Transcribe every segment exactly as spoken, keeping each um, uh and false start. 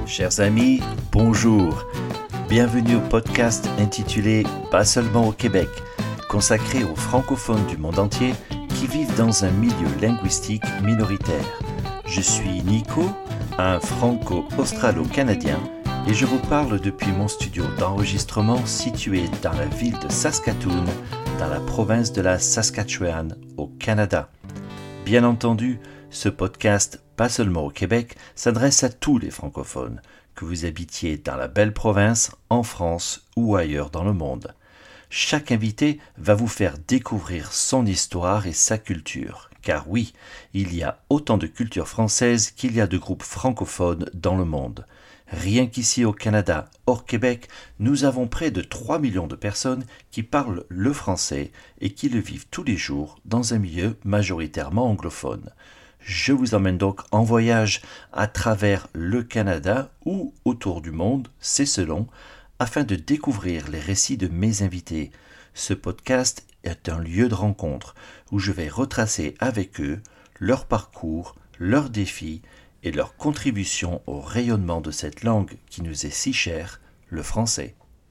Chers amis, bonjour. Bienvenue au podcast intitulé Pas seulement au Québec, consacré aux francophones du monde entier qui vivent dans un milieu linguistique minoritaire. Je suis Nico, un franco-australo-canadien, et je vous parle depuis mon studio d'enregistrement situé dans la ville de Saskatoon, dans la province de la Saskatchewan, au Canada. Bien entendu, ce podcast, pas seulement au Québec, s'adresse à tous les francophones, que vous habitiez dans la belle province, en France ou ailleurs dans le monde. Chaque invité va vous faire découvrir son histoire et sa culture, car oui, il y a autant de cultures françaises qu'il y a de groupes francophones dans le monde. Rien qu'ici au Canada, hors Québec, nous avons près de trois millions de personnes qui parlent le français et qui le vivent tous les jours dans un milieu majoritairement anglophone. Je vous emmène donc en voyage à travers le Canada ou autour du monde, c'est selon, afin de découvrir les récits de mes invités. Ce podcast est un lieu de rencontre où je vais retracer avec eux leur parcours, leurs défis et leur contribution au rayonnement de cette langue qui nous est si chère, le français.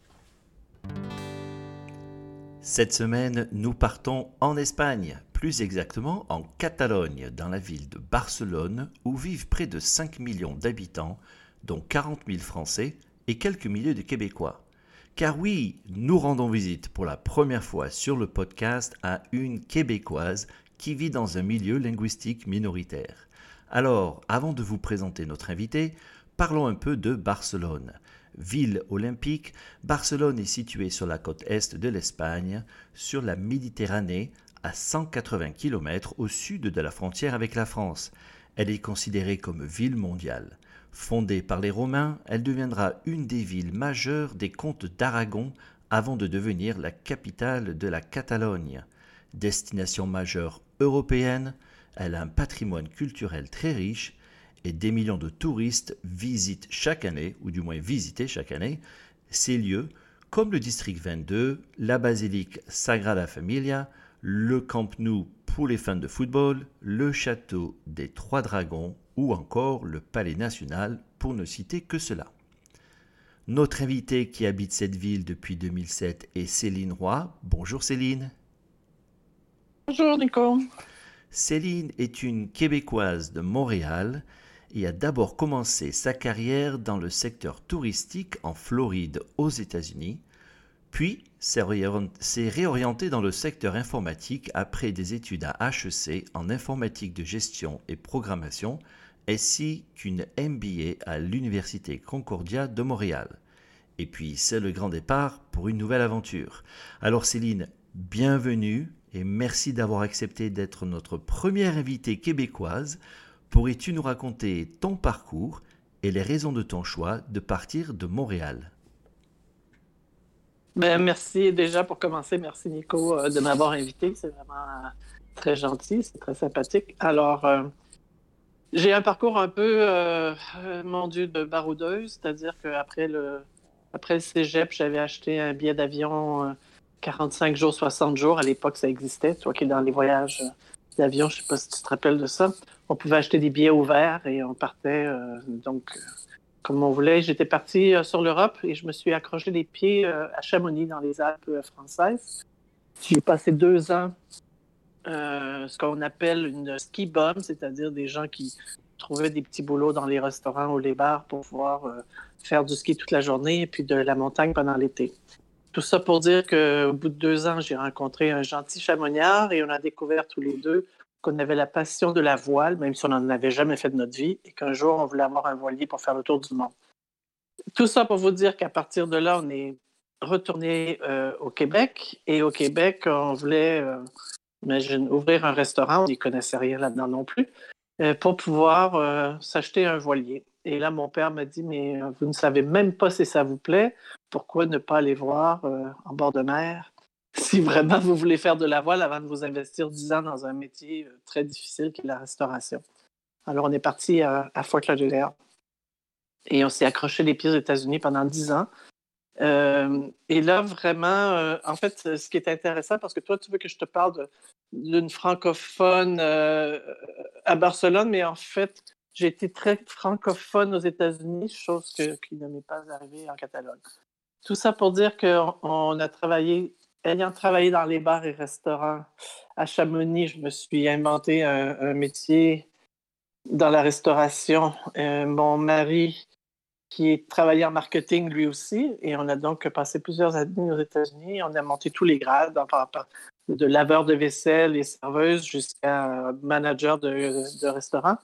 Cette semaine, nous partons en Espagne, plus exactement en Catalogne, dans la ville de Barcelone, où vivent près de cinq millions d'habitants, dont quarante mille Français et quelques milliers de Québécois. Car oui, nous rendons visite pour la première fois sur le podcast à une Québécoise qui vit dans un milieu linguistique minoritaire. Alors, avant de vous présenter notre invité, parlons un peu de Barcelone. Ville olympique, Barcelone est située sur la côte est de l'Espagne, sur la Méditerranée, à cent quatre-vingts kilomètres au sud de la frontière avec la France. Elle est considérée comme ville mondiale. Fondée par les Romains, elle deviendra une des villes majeures des comtes d'Aragon avant de devenir la capitale de la Catalogne. Destination majeure européenne, elle a un patrimoine culturel très riche et des millions de touristes visitent chaque année, ou du moins visitaient chaque année, ces lieux comme le district vingt-deux, la basilique Sagrada Familia, le Camp Nou pour les fans de football, le château des Trois Dragons ou encore le Palais National, pour ne citer que cela. Notre invitée qui habite cette ville depuis deux mille sept est Céline Roy. Bonjour Céline. Bonjour Nico. Céline est une Québécoise de Montréal et a d'abord commencé sa carrière dans le secteur touristique en Floride aux États-Unis, puis s'est réorientée dans le secteur informatique après des études à H E C en informatique de gestion et programmation, ainsi qu'une M B A à l'Université Concordia de Montréal. Et puis c'est le grand départ pour une nouvelle aventure. Alors Céline, bienvenue et merci d'avoir accepté d'être notre première invitée québécoise. Pourrais-tu nous raconter ton parcours et les raisons de ton choix de partir de Montréal? Ben, merci déjà pour commencer. Merci Nico euh, de m'avoir invité. C'est vraiment euh, très gentil, c'est très sympathique. Alors, euh, j'ai un parcours un peu, euh, euh, mon Dieu, de baroudeuse, c'est-à-dire qu'après le, après le cégep, j'avais acheté un billet d'avion euh, quarante-cinq jours, soixante jours. À l'époque, ça existait. Toi qui es dans les voyages euh, d'avion, je ne sais pas si tu te rappelles de ça. On pouvait acheter des billets ouverts et on partait euh, donc euh, comme on voulait. J'étais partie euh, sur l'Europe et je me suis accroché les pieds euh, à Chamonix, dans les Alpes euh, françaises. J'ai passé deux ans, euh, ce qu'on appelle une ski bum, c'est-à-dire des gens qui trouvaient des petits boulots dans les restaurants ou les bars pour pouvoir euh, faire du ski toute la journée et puis de la montagne pendant l'été. Tout ça pour dire qu'au bout de deux ans, j'ai rencontré un gentil chamoniard et on a découvert tous les deux qu'on avait la passion de la voile, même si on n'en avait jamais fait de notre vie, et qu'un jour, on voulait avoir un voilier pour faire le tour du monde. Tout ça pour vous dire qu'à partir de là, on est retourné euh, au Québec, et au Québec, on voulait euh, imagine, ouvrir un restaurant, on n'y connaissait rien là-dedans non plus, euh, pour pouvoir euh, s'acheter un voilier. Et là, mon père m'a dit, mais euh, vous ne savez même pas si ça vous plaît, pourquoi ne pas aller voir euh, en bord de mer si vraiment vous voulez faire de la voile avant de vous investir dix ans dans un métier euh, très difficile qui est la restauration. Alors, on est parti à, à Fort Lauderdale et on s'est accroché les pieds aux États-Unis pendant dix ans. Euh, et là, vraiment, euh, en fait, ce qui est intéressant, parce que toi, tu veux que je te parle de, d'une francophone euh, à Barcelone, mais en fait, j'ai été très francophone aux États-Unis, chose que, qui ne m'est pas arrivée en Catalogne. Tout ça pour dire qu'on on a travaillé, ayant travaillé dans les bars et restaurants à Chamonix, je me suis inventé un, un métier dans la restauration. Euh, mon mari, qui travaillait en marketing lui aussi, et on a donc passé plusieurs années aux États-Unis. On a monté tous les grades, enfin, de laveur de vaisselle et serveuse jusqu'à manager de, de restaurant.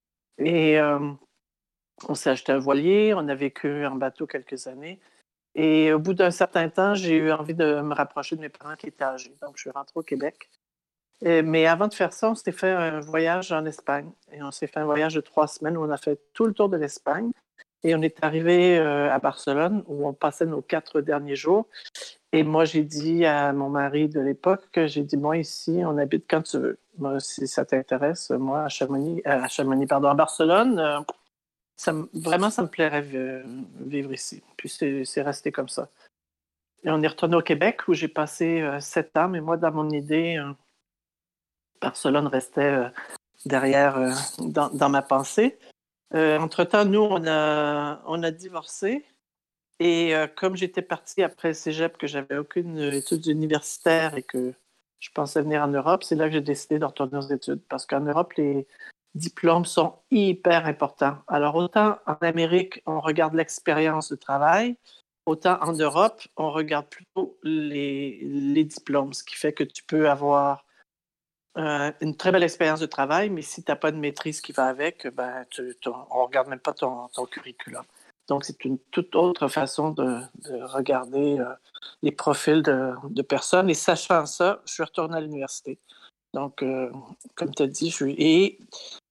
Et euh, on s'est acheté un voilier, on a vécu en bateau quelques années. Et au bout d'un certain temps, j'ai eu envie de me rapprocher de mes parents qui étaient âgés. Donc, je suis rentré au Québec. Et, mais avant de faire ça, on s'est fait un voyage en Espagne. Et on s'est fait un voyage de trois semaines où on a fait tout le tour de l'Espagne. Et on est arrivé euh, à Barcelone où on passait nos quatre derniers jours. Et moi, j'ai dit à mon mari de l'époque que j'ai dit, moi, ici, on habite quand tu veux. Moi, si ça t'intéresse, moi, à Chamonix, euh, à Chamonix, pardon, à Barcelone, euh, ça, vraiment, ça me plairait euh, vivre ici. Puis c'est, c'est resté comme ça. Et on est retourné au Québec où j'ai passé euh, sept ans, mais moi, dans mon idée, euh, Barcelone restait euh, derrière euh, dans, dans ma pensée. Euh, entre-temps, nous, on a, on a divorcé. Et euh, comme j'étais partie après le cégep, que j'avais aucune études universitaire et que je pensais venir en Europe, c'est là que j'ai décidé de retourner aux études. Parce qu'en Europe, les diplômes sont hyper importants. Alors, autant en Amérique, on regarde l'expérience de travail, autant en Europe, on regarde plutôt les, les diplômes, ce qui fait que tu peux avoir euh, une très belle expérience de travail, mais si tu n'as pas de maîtrise qui va avec, ben, tu, tu, on ne regarde même pas ton, ton curriculum. Donc, c'est une toute autre façon de, de regarder euh, les profils de, de personnes. Et sachant ça, je suis retourné à l'université. Donc, euh, comme tu as dit, je suis... Et,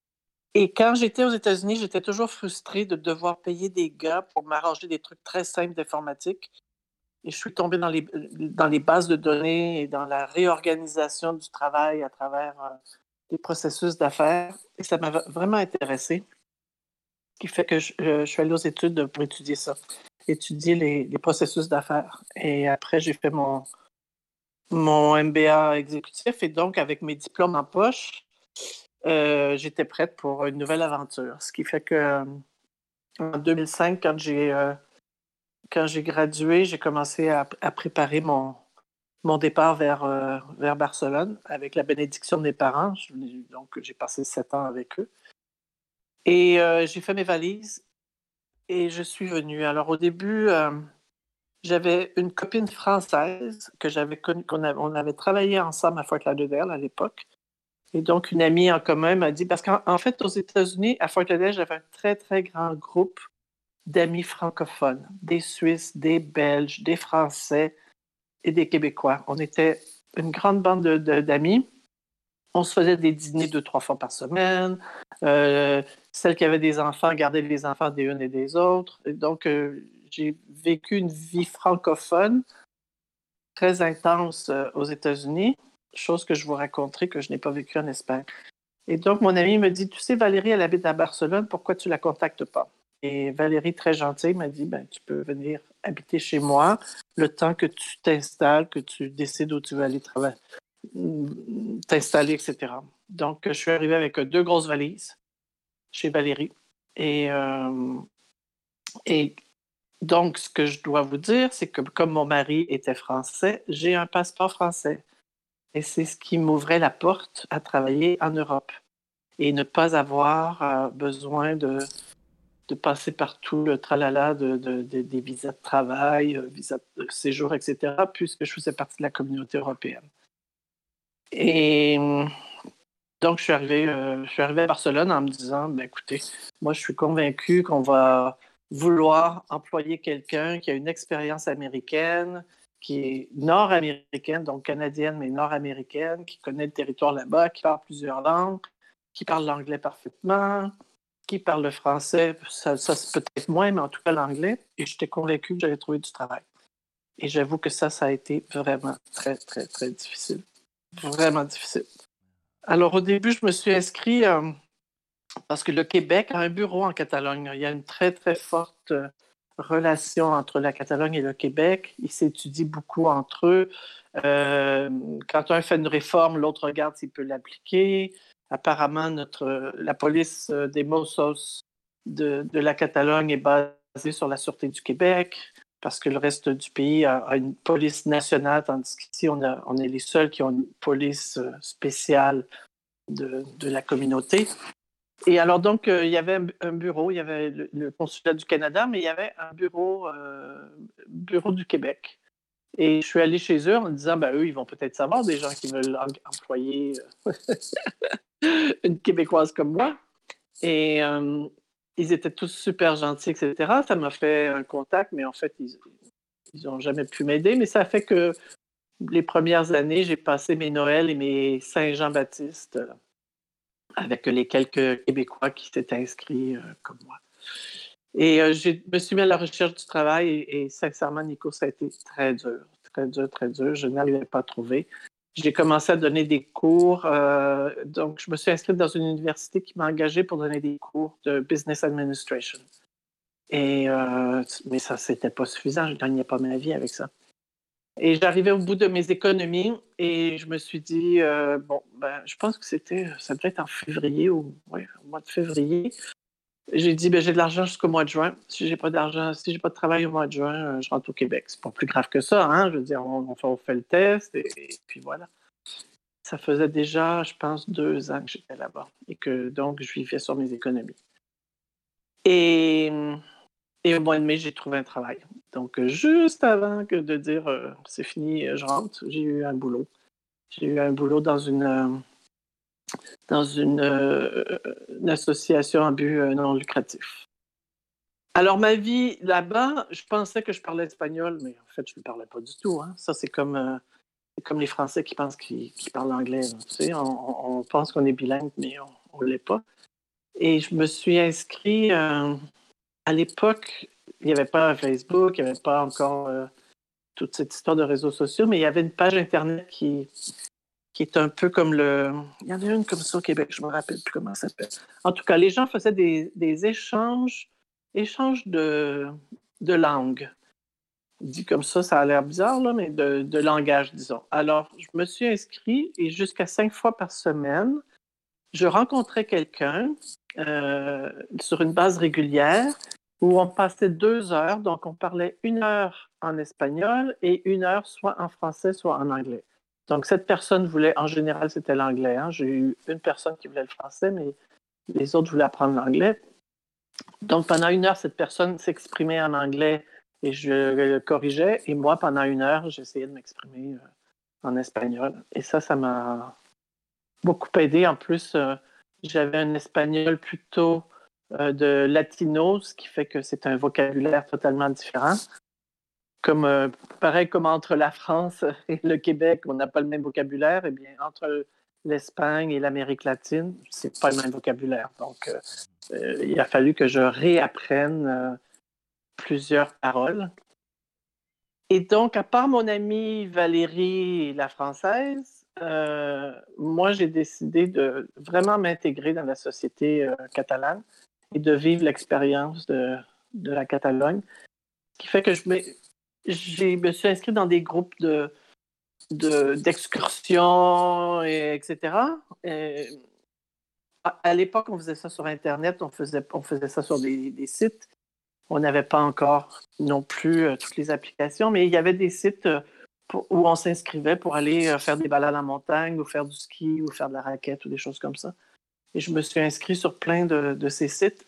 et quand j'étais aux États-Unis, j'étais toujours frustrée de devoir payer des gars pour m'arranger des trucs très simples d'informatique. Et je suis tombée dans les, dans les bases de données et dans la réorganisation du travail à travers euh, les processus d'affaires. Et ça m'a vraiment intéressée. Ce qui fait que je, je suis allée aux études pour étudier ça, étudier les, les processus d'affaires. Et après, j'ai fait mon, mon M B A exécutif. Et donc, avec mes diplômes en poche, euh, j'étais prête pour une nouvelle aventure. Ce qui fait que euh, en deux mille cinq, quand j'ai, euh, quand j'ai gradué, j'ai commencé à, à préparer mon, mon départ vers, euh, vers Barcelone avec la bénédiction de mes parents. Je, donc, j'ai passé sept ans avec eux. Et euh, j'ai fait mes valises et je suis venue. Alors, au début, euh, j'avais une copine française que j'avais connue, qu'on avait, on avait travaillé ensemble à Fort Lauderdale à l'époque. Et donc, une amie en commun m'a dit, parce qu'en en fait, aux États-Unis, à Fort Lauderdale, j'avais un très, très grand groupe d'amis francophones, des Suisses, des Belges, des Français et des Québécois. On était une grande bande de, de, d'amis. On se faisait des dîners deux, trois fois par semaine. Euh, celles qui avaient des enfants gardaient les enfants des unes et des autres. Et donc, euh, j'ai vécu une vie francophone très intense euh, aux États-Unis, chose que je vous raconterai que je n'ai pas vécue en Espagne. Et donc, mon ami me dit, tu sais, Valérie, elle habite à Barcelone, pourquoi tu ne la contactes pas? Et Valérie, très gentille, m'a dit, ben, tu peux venir habiter chez moi le temps que tu t'installes, que tu décides où tu veux aller travailler, t'installer, et cetera. Donc, je suis arrivé avec deux grosses valises chez Valérie. Et, euh, et donc, ce que je dois vous dire, c'est que comme mon mari était français, j'ai un passeport français. Et c'est ce qui m'ouvrait la porte à travailler en Europe et ne pas avoir euh, besoin de, de passer par tout le tralala de, de, de, des visas de travail, euh, visas de séjour, et cetera, puisque je faisais partie de la communauté européenne. Et donc, je suis arrivé, euh, je suis arrivé à Barcelone en me disant, ben, écoutez, moi, je suis convaincu qu'on va vouloir employer quelqu'un qui a une expérience américaine, qui est nord-américaine, donc canadienne, mais nord-américaine, qui connaît le territoire là-bas, qui parle plusieurs langues, qui parle l'anglais parfaitement, qui parle le français, ça, ça c'est peut-être moins, mais en tout cas l'anglais. Et j'étais convaincu que j'allais trouver du travail. Et j'avoue que ça, ça a été vraiment très, très, très difficile. Vraiment difficile. Alors, au début, je me suis inscrit euh, parce que le Québec a un bureau en Catalogne. Il y a une très, très forte euh, relation entre la Catalogne et le Québec. Ils s'étudient beaucoup entre eux. Euh, quand un fait une réforme, l'autre regarde s'il peut l'appliquer. apparemment, notre, la police des Mossos de, de la Catalogne est basée sur la Sûreté du Québec, parce que le reste du pays a, a une police nationale, tandis qu'ici, on, a, on est les seuls qui ont une police spéciale de, de la communauté. Et alors, donc, euh, il y avait un, un bureau, il y avait le, le consulat du Canada, mais il y avait un bureau, euh, bureau du Québec. Et je suis allée chez eux en me disant, ben eux, ils vont peut-être savoir des gens qui veulent employer une Québécoise comme moi. Et euh, ils étaient tous super gentils, et cetera. Ça m'a fait un contact, mais en fait, ils n'ont jamais pu m'aider. Mais ça fait que les premières années, j'ai passé mes Noëls et mes Saint-Jean-Baptiste avec les quelques Québécois qui s'étaient inscrits euh, comme moi. Et euh, je me suis mis à la recherche du travail et, et sincèrement, Nico, ça a été très dur, très dur, très dur. Je n'arrivais pas à trouver. J'ai commencé à donner des cours. Euh, donc, je me suis inscrite dans une université qui m'a engagée pour donner des cours de Business Administration. Et, euh, mais ça, c'était pas suffisant. Je ne gagnais pas ma vie avec ça. Et j'arrivais au bout de mes économies et je me suis dit, euh, bon, ben, je pense que c'était, ça devait être en février ou, ouais, au mois de février. J'ai dit, ben, j'ai de l'argent jusqu'au mois de juin. Si j'ai pas d'argent, si j'ai pas de travail au mois de juin, euh, je rentre au Québec. C'est pas plus grave que ça, hein. Je veux dire, on, on, fait, on fait le test et, et puis voilà. Ça faisait déjà, je pense, deux ans que j'étais là-bas et que donc je vivais sur mes économies. Et, et au mois de mai, j'ai trouvé un travail. Donc, juste avant que de dire euh, c'est fini, je rentre, j'ai eu un boulot. J'ai eu un boulot dans une, euh, dans une, euh, une association à but euh, non lucratif. Alors, ma vie là-bas, je pensais que je parlais espagnol, mais en fait, je ne parlais pas du tout. Hein. Ça, c'est comme, euh, c'est comme les Français qui pensent qu'ils, qu'ils parlent anglais. Là. Tu sais, on, on pense qu'on est bilingue, mais on ne l'est pas. Et je me suis inscrit euh, à l'époque, il n'y avait pas Facebook, il n'y avait pas encore euh, toute cette histoire de réseaux sociaux, mais il y avait une page Internet qui, qui est un peu comme le... Il y en a une comme ça au Québec, je ne me rappelle plus comment ça s'appelle. En tout cas, les gens faisaient des, des échanges, échanges de, de langue. Dit comme ça, ça a l'air bizarre, là, mais de, de langage, disons. Alors, je me suis inscrit et jusqu'à cinq fois par semaine, je rencontrais quelqu'un euh, sur une base régulière où on passait deux heures, donc on parlait une heure en espagnol et une heure soit en français, soit en anglais. Donc cette personne voulait, en général c'était l'anglais, hein. J'ai eu une personne qui voulait le français, mais les autres voulaient apprendre l'anglais. Donc pendant une heure, cette personne s'exprimait en anglais et je le corrigeais, et moi pendant une heure, j'essayais de m'exprimer en espagnol. Et ça, ça m'a beaucoup aidé. En plus, euh, j'avais un espagnol plutôt euh, de latino, ce qui fait que c'est un vocabulaire totalement différent. Comme, euh, pareil comme entre la France et le Québec, on n'a pas le même vocabulaire, et bien entre l'Espagne et l'Amérique latine, c'est pas le même vocabulaire. Donc, euh, euh, il a fallu que je réapprenne euh, plusieurs paroles. Et donc, à part mon amie Valérie, la française, euh, moi, j'ai décidé de vraiment m'intégrer dans la société euh, catalane et de vivre l'expérience de, de la Catalogne. Ce qui fait que je me, j'ai, me suis inscrite dans des groupes de, de, d'excursions, et, etc. Et à, à l'époque, on faisait ça sur Internet, on faisait, on faisait ça sur des, des sites. On n'avait pas encore non plus euh, toutes les applications, mais il y avait des sites euh, pour, où on s'inscrivait pour aller euh, faire des balades en montagne ou faire du ski ou faire de la raquette ou des choses comme ça. Et je me suis inscrit sur plein de, de ces sites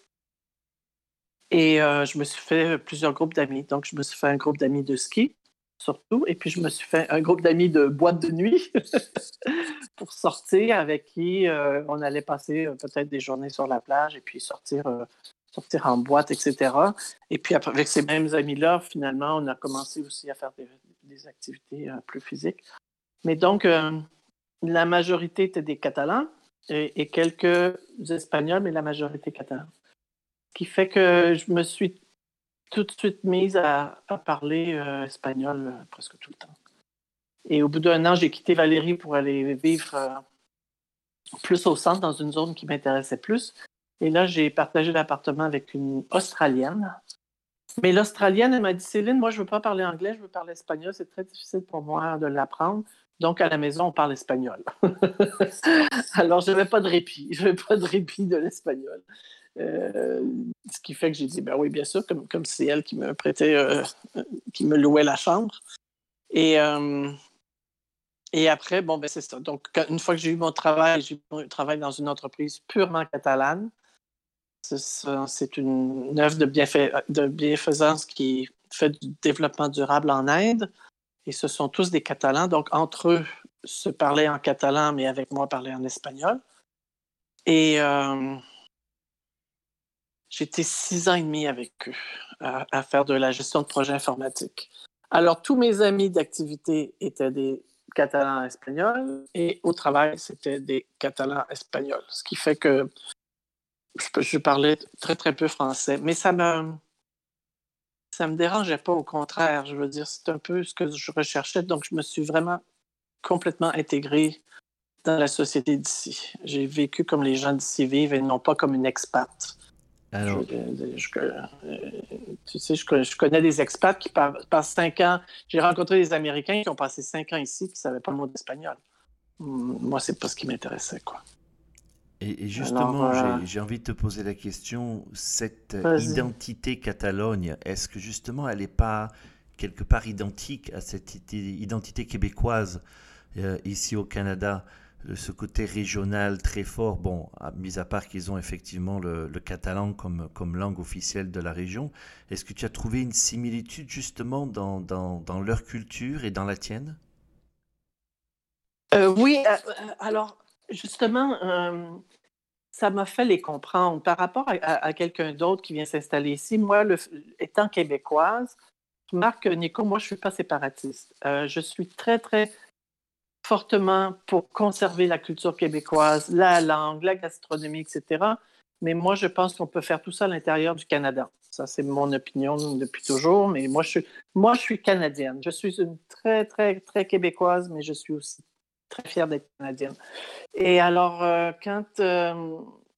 et euh, je me suis fait plusieurs groupes d'amis. Donc, je me suis fait un groupe d'amis de ski, surtout, et puis je me suis fait un groupe d'amis de boîte de nuit pour sortir avec qui euh, on allait passer euh, peut-être des journées sur la plage et puis sortir... Euh, sortir en boîte, et cetera. Et puis, avec ces mêmes amis-là, finalement, on a commencé aussi à faire des, des activités euh, plus physiques. Mais donc, euh, la majorité était des Catalans et, et quelques Espagnols, mais la majorité catalane. Ce qui fait que je me suis tout de suite mise à, à parler euh, espagnol euh, presque tout le temps. Et au bout d'un an, j'ai quitté Valérie pour aller vivre euh, plus au centre, dans une zone qui m'intéressait plus. Et là, j'ai partagé l'appartement avec une Australienne. Mais l'Australienne, elle m'a dit, Céline, moi, je ne veux pas parler anglais, je veux parler espagnol. C'est très difficile pour moi de l'apprendre. Donc, à la maison, on parle espagnol. Alors, je n'avais pas de répit. Je n'avais pas de répit de l'espagnol. Euh, ce qui fait que j'ai dit, ben oui, bien sûr, comme, comme c'est elle qui me prêtait, euh, qui me louait la chambre. Et, euh, et après, bon, ben c'est ça. Donc, quand, une fois que j'ai eu mon travail, j'ai eu mon travail dans une entreprise purement catalane. C'est, c'est une, une œuvre de, bienfait, de bienfaisance qui fait du développement durable en Inde. Et ce sont tous des Catalans. Donc, entre eux, se parlaient en catalan, mais avec moi, parlaient en espagnol. Et euh, j'étais six ans et demi avec eux à, à faire de la gestion de projets informatiques. Alors, tous mes amis d'activité étaient des Catalans espagnols et au travail, c'était des Catalans espagnols. Ce qui fait que je, je parlais très, très peu français. Mais ça me, ça me dérangeait pas, au contraire. Je veux dire, c'est un peu ce que je recherchais. Donc, je me suis vraiment complètement intégré dans la société d'ici. J'ai vécu comme les gens d'ici vivent et non pas comme une expat. Alors, je, je, je, tu sais, je, je connais des expats qui passent cinq ans. J'ai rencontré des Américains qui ont passé cinq ans ici qui ne savaient pas le mot d'espagnol. Moi, c'est pas ce qui m'intéressait, quoi. Et, et justement, Alors, euh, j'ai, j'ai envie de te poser la question, cette vas-y. Identité Catalogne, est-ce que justement elle n'est pas quelque part identique à cette identité québécoise euh, ici au Canada, ce côté régional très fort, bon, mis à part qu'ils ont effectivement le, le catalan comme, comme langue officielle de la région, est-ce que tu as trouvé une similitude justement dans, dans, dans leur culture et dans la tienne? euh, Oui, euh, alors justement, euh, ça m'a fait les comprendre. Par rapport à, à, à quelqu'un d'autre qui vient s'installer ici, moi, le, étant québécoise, je remarque que, Nico, moi, je ne suis pas séparatiste. Euh, je suis très, très fortement pour conserver la culture québécoise, la langue, la gastronomie, et cetera. Mais moi, je pense qu'on peut faire tout ça à l'intérieur du Canada. Ça, c'est mon opinion depuis toujours. Mais moi, je suis, moi, je suis canadienne. Je suis une très, très, très québécoise, mais je suis aussi très fière d'être canadienne. Et alors, euh, quand euh,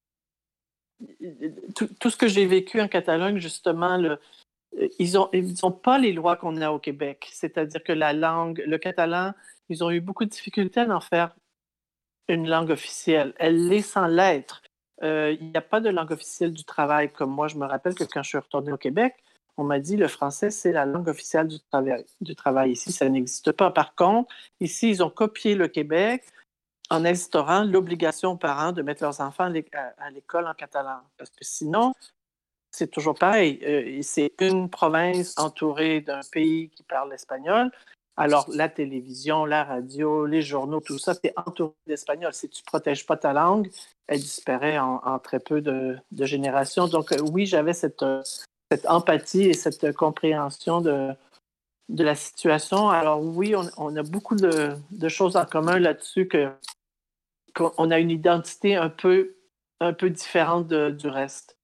tout, tout ce que j'ai vécu en Catalogne, justement, le, ils n'ont ils ont pas les lois qu'on a au Québec. C'est-à-dire que la langue, le catalan, ils ont eu beaucoup de difficultés à en faire une langue officielle. Elle l'est sans l'être. Euh, il n'y a pas de langue officielle du travail comme moi. Je me rappelle que quand je suis retournée au Québec, on m'a dit le français, c'est la langue officielle du travail. Du travail. Ici, ça n'existe pas. Par contre, ici, ils ont copié le Québec en instaurant l'obligation aux parents de mettre leurs enfants à l'école en catalan. Parce que sinon, c'est toujours pareil. Euh, c'est une province entourée d'un pays qui parle l'espagnol. Alors, la télévision, la radio, les journaux, tout ça, c'est entouré d'espagnol. Si tu ne protèges pas ta langue, elle disparaît en, en très peu de, de générations. Donc, euh, oui, j'avais cette, euh, cette empathie et cette compréhension de, de la situation. Alors, oui, on, on a beaucoup de, de choses en commun là-dessus, que, qu'on a une identité un peu, un peu différente de, du reste.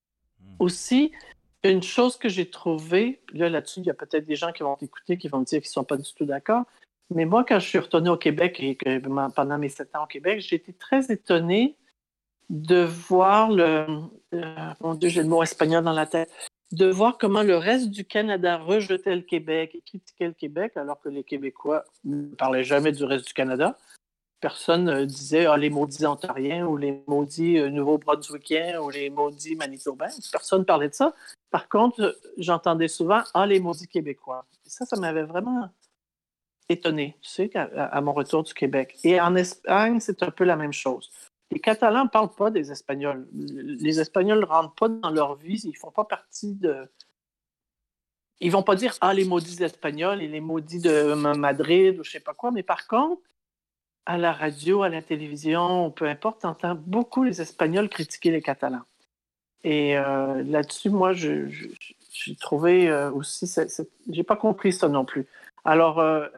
Aussi, une chose que j'ai trouvée, là, là-dessus, il y a peut-être des gens qui vont t'écouter, qui vont me dire qu'ils ne sont pas du tout d'accord, mais moi, quand je suis retournée au Québec et que pendant mes sept ans au Québec, j'ai été très étonnée de voir le... Euh, mon Dieu, j'ai le mot espagnol dans la tête. De voir comment le reste du Canada rejetait le Québec et critiquait le Québec, alors que les Québécois ne parlaient jamais du reste du Canada. Personne euh, disait ah, les maudits ontariens ou les maudits euh, nouveau-brunswickiens ou les maudits manitobains. Personne ne parlait de ça. Par contre, euh, j'entendais souvent ah, les maudits québécois. Et ça, ça m'avait vraiment étonné, tu sais, à, à mon retour du Québec. Et en Espagne, c'est un peu la même chose. Les Catalans ne parlent pas des Espagnols. Les Espagnols ne rentrent pas dans leur vie, ils ne font pas partie de. Ils ne vont pas dire ah, les maudits Espagnols et les maudits de Madrid ou je ne sais pas quoi, mais par contre, à la radio, à la télévision, peu importe, tu entends beaucoup les Espagnols critiquer les Catalans. Et euh, là-dessus, moi, je, je, j'ai trouvé euh, aussi, c'est, c'est, j'ai pas compris ça non plus. Alors, euh,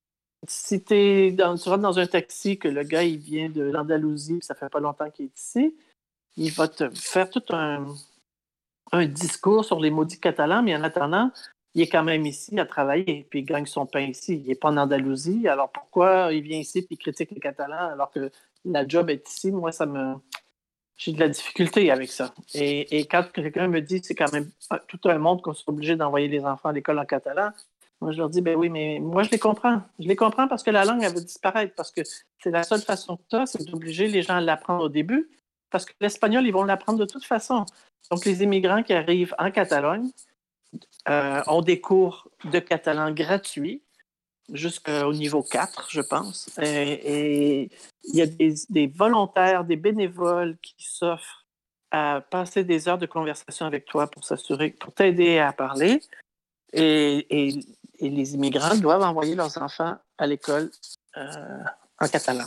si t'es dans, tu rentres dans un taxi, que le gars, il vient de l'Andalousie, puis ça fait pas longtemps qu'il est ici, il va te faire tout un, un discours sur les maudits Catalans, mais en attendant, il est quand même ici à travailler, puis il gagne son pain ici. Il n'est pas en Andalousie, alors pourquoi il vient ici et il critique les Catalans alors que la job est ici? Moi, ça me... J'ai de la difficulté avec ça. Et, et quand quelqu'un me dit que c'est quand même tout un monde qu'on soit obligé d'envoyer les enfants à l'école en catalan, Moi, je leur dis, ben oui, mais moi, je les comprends. Je les comprends parce que la langue, elle veut disparaître, parce que c'est la seule façon que tu as, c'est d'obliger les gens à l'apprendre au début, parce que l'espagnol, ils vont l'apprendre de toute façon. Donc, les immigrants qui arrivent en Catalogne euh, ont des cours de catalan gratuits jusqu'au niveau quatre, je pense. Et, et il y a des, des volontaires, des bénévoles qui s'offrent à passer des heures de conversation avec toi pour s'assurer, pour t'aider à parler. Et, et, et les immigrants doivent envoyer leurs enfants à l'école euh, en catalan.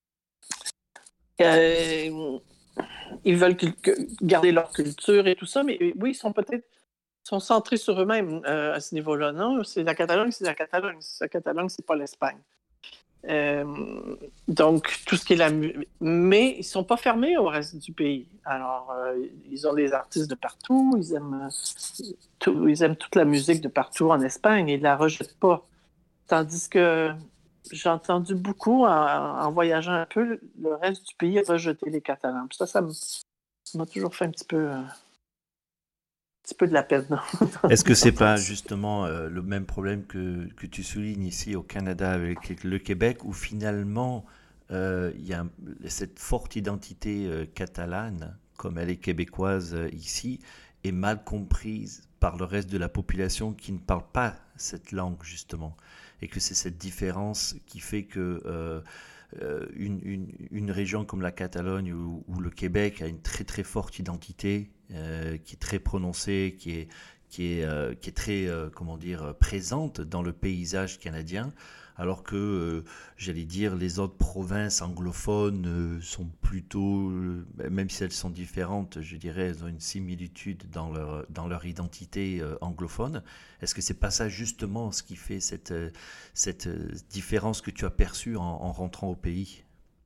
Euh, ils veulent garder leur culture et tout ça, mais oui, ils sont peut-être sont centrés sur eux-mêmes euh, à ce niveau-là. Non, c'est la Catalogne, c'est la Catalogne. La Catalogne, c'est pas l'Espagne. Euh, donc, tout ce qui est la musique. Mais ils ne sont pas fermés au reste du pays. Alors, euh, ils ont des artistes de partout, ils aiment, tout, ils aiment toute la musique de partout en Espagne et ils ne la rejettent pas. Tandis que j'ai entendu beaucoup, en, en voyageant un peu, le reste du pays rejeter les Catalans. Puis ça, ça m'a toujours fait un petit peu, un petit peu de la peine. Est-ce que c'est pas justement euh, le même problème que, que tu soulignes ici au Canada avec le Québec, où finalement euh, il y a cette forte identité euh, catalane, comme elle est québécoise euh, ici, est mal comprise par le reste de la population qui ne parle pas cette langue justement, et que c'est cette différence qui fait que euh, euh, une, une, une région comme la Catalogne ou, ou le Québec a une très très forte identité euh, qui est très prononcée, qui est qui est, euh, qui est très, euh, comment dire, présente dans le paysage canadien, alors que, euh, j'allais dire, les autres provinces anglophones euh, sont plutôt, euh, même si elles sont différentes, je dirais, elles ont une similitude dans leur, dans leur identité euh, anglophone. Est-ce que c'est pas ça justement ce qui fait cette, euh, cette euh, différence que tu as perçue en, en rentrant au pays?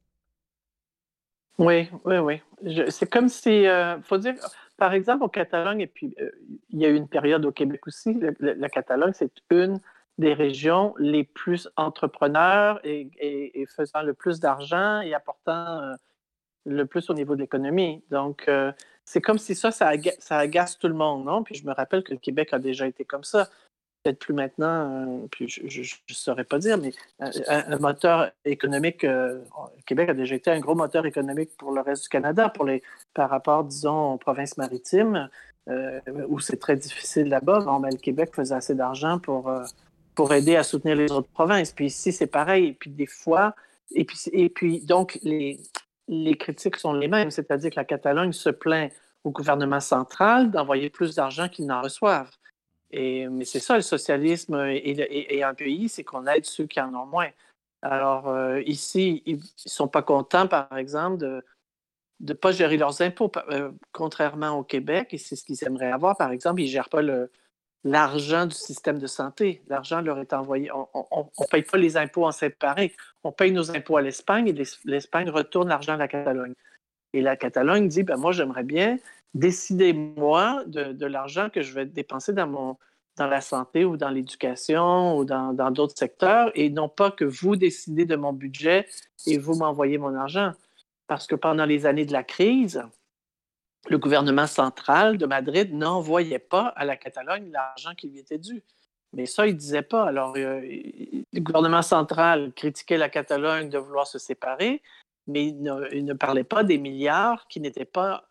Oui, oui, oui. Je- c'est comme si, euh, faut dire, par exemple, au Catalogne, et puis euh, il y a eu une période au Québec aussi, le- le- la Catalogne, c'est une des régions les plus entrepreneurs et, et- et faisant le plus d'argent et apportant euh, le plus au niveau de l'économie. Donc, euh, c'est comme si ça, ça, aga- ça agace tout le monde, non? Puis je me rappelle que le Québec a déjà été comme ça. Peut-être plus maintenant, euh, puis je ne saurais pas dire, mais un, un moteur économique, euh, le Québec a déjà été un gros moteur économique pour le reste du Canada, pour les, par rapport, disons, aux provinces maritimes, euh, où c'est très difficile là-bas. Bon, ben, le Québec faisait assez d'argent pour, euh, pour aider à soutenir les autres provinces. Puis ici, c'est pareil. Et puis des fois, et puis, et puis donc, les, les critiques sont les mêmes, c'est-à-dire que la Catalogne se plaint au gouvernement central d'envoyer plus d'argent qu'ils n'en reçoivent. Et, mais c'est ça, le socialisme et, et, et un pays, c'est qu'on aide ceux qui en ont moins. Alors, euh, ici, ils ne sont pas contents, par exemple, de ne pas gérer leurs impôts, euh, contrairement au Québec, et c'est ce qu'ils aimeraient avoir. Par exemple, ils ne gèrent pas le, l'argent du système de santé. L'argent leur est envoyé. On ne paye pas les impôts en séparé. On paye nos impôts à l'Espagne et l'Espagne retourne l'argent à la Catalogne. Et la Catalogne dit, ben moi, j'aimerais bien décider, moi, de, de l'argent que je vais dépenser dans, mon, dans la santé ou dans l'éducation ou dans, dans d'autres secteurs, et non pas que vous décidez de mon budget et vous m'envoyez mon argent. Parce que pendant les années de la crise, le gouvernement central de Madrid n'envoyait pas à la Catalogne l'argent qui lui était dû. Mais ça, il ne disait pas. Alors, euh, le gouvernement central critiquait la Catalogne de vouloir se séparer, mais il ne, il ne parlait pas des milliards qui n'étaient pas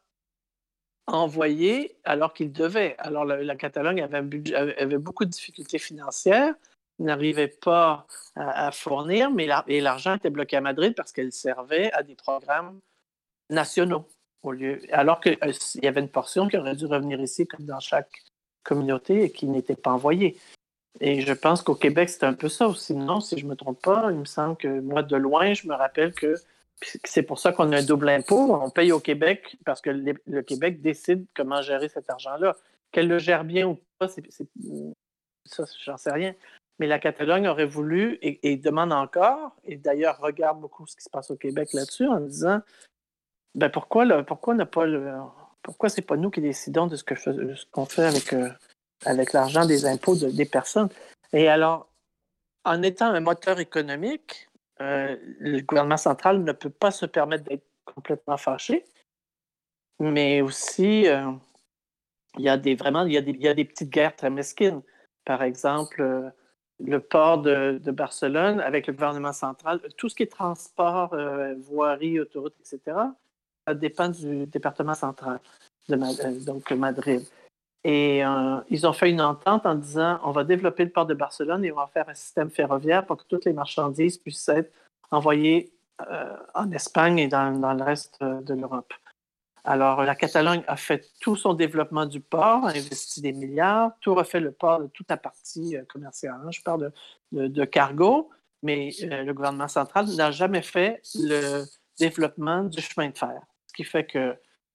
envoyés alors qu'ils devaient. Alors, la, la Catalogne avait, un budget, avait beaucoup de difficultés financières, n'arrivait pas à, à fournir, mais la, et l'argent était bloqué à Madrid parce qu'elle servait à des programmes nationaux. Au lieu, alors qu'il euh, y avait une portion qui aurait dû revenir ici, comme dans chaque communauté, et qui n'était pas envoyée. Et je pense qu'au Québec, c'est un peu ça aussi. Non, si je ne me trompe pas, il me semble que moi, de loin, je me rappelle que c'est pour ça qu'on a un double impôt. On paye au Québec parce que le Québec décide comment gérer cet argent-là. Qu'elle le gère bien ou pas, c'est, c'est, ça, j'en sais rien. Mais la Catalogne aurait voulu et, et demande encore, et d'ailleurs regarde beaucoup ce qui se passe au Québec là-dessus en disant ben pourquoi, là, pourquoi n'a pas le, pourquoi c'est pas nous qui décidons de ce, que, ce qu'on fait avec, euh, avec l'argent des impôts de, des personnes? Et alors, en étant un moteur économique, euh, le gouvernement central ne peut pas se permettre d'être complètement fâché, mais aussi, euh, il y a des vraiment, il y a des, il y a des petites guerres très mesquines. Par exemple, euh, le port de, de Barcelone avec le gouvernement central. Tout ce qui est transport, euh, voirie, autoroute, et cetera, ça dépend du département central, de euh, donc Madrid. Et euh, ils ont fait une entente en disant on va développer le port de Barcelone et on va faire un système ferroviaire pour que toutes les marchandises puissent être envoyées euh, en Espagne et dans, dans le reste de l'Europe. Alors, la Catalogne a fait tout son développement du port, a investi des milliards, tout refait le port de toute la partie euh, commerciale. Je parle de, de, de cargo, mais euh, le gouvernement central n'a jamais fait le développement du chemin de fer. Ce qui fait que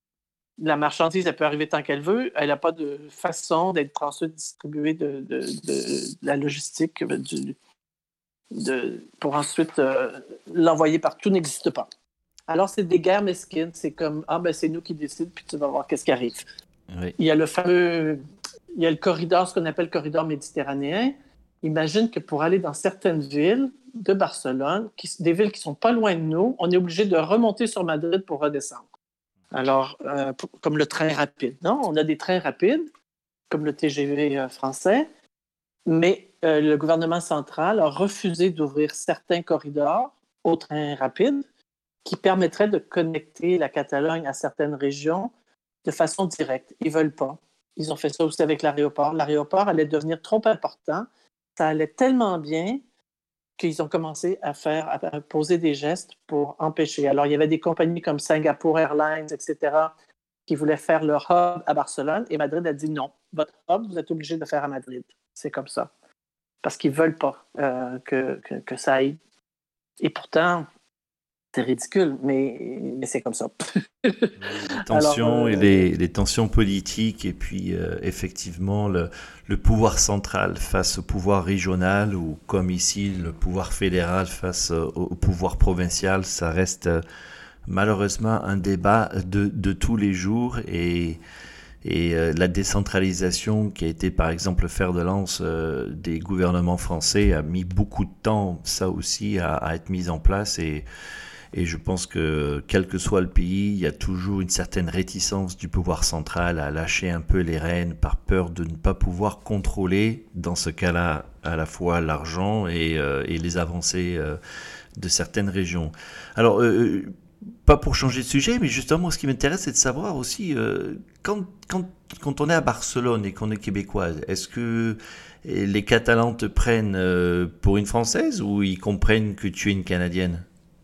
la marchandise, elle peut arriver tant qu'elle veut. Elle n'a pas de façon d'être ensuite distribuée de, de, de, de la logistique du, de, pour ensuite euh, l'envoyer partout n'existe pas. Alors, c'est des guerres mesquines. C'est comme, ah ben c'est nous qui décidons, puis tu vas voir qu'est-ce qui arrive. Oui. Il y a le fameux, il y a le corridor, ce qu'on appelle le corridor méditerranéen. Imagine que pour aller dans certaines villes de Barcelone, qui, des villes qui ne sont pas loin de nous, on est obligé de remonter sur Madrid pour redescendre. Alors, euh, pour, comme le train rapide. Non, on a des trains rapides, comme le T G V euh, français, mais euh, le gouvernement central a refusé d'ouvrir certains corridors aux trains rapides qui permettraient de connecter la Catalogne à certaines régions de façon directe. Ils ne veulent pas. Ils ont fait ça aussi avec l'aéroport. L'aéroport allait devenir trop important. Ça allait tellement bien qu'ils ont commencé à faire, à poser des gestes pour empêcher. Alors, il y avait des compagnies comme Singapore Airlines, et cetera, qui voulaient faire leur hub à Barcelone, et Madrid a dit non. Votre hub, vous êtes obligé de le faire à Madrid. C'est comme ça. Parce qu'ils ne veulent pas euh, que, que, que ça aille. Et pourtant, c'est ridicule, mais, mais c'est comme ça. Les tensions, Alors, euh, et les, les tensions politiques et puis euh, effectivement le, le pouvoir central face au pouvoir régional ou comme ici le pouvoir fédéral face au, au pouvoir provincial, ça reste euh, malheureusement un débat de, de tous les jours et, et euh, la décentralisation qui a été par exemple le fer de lance euh, des gouvernements français a mis beaucoup de temps ça aussi à, à être mis en place et Et je pense que, quel que soit le pays, il y a toujours une certaine réticence du pouvoir central à lâcher un peu les rênes par peur de ne pas pouvoir contrôler, dans ce cas-là, à la fois l'argent et, euh, et les avancées euh, de certaines régions. Alors, euh, pas pour changer de sujet, mais justement, ce qui m'intéresse, c'est de savoir aussi, euh, quand, quand, quand on est à Barcelone et qu'on est québécoise, est-ce que les Catalans te prennent pour une Française ou ils comprennent que tu es une Canadienne ?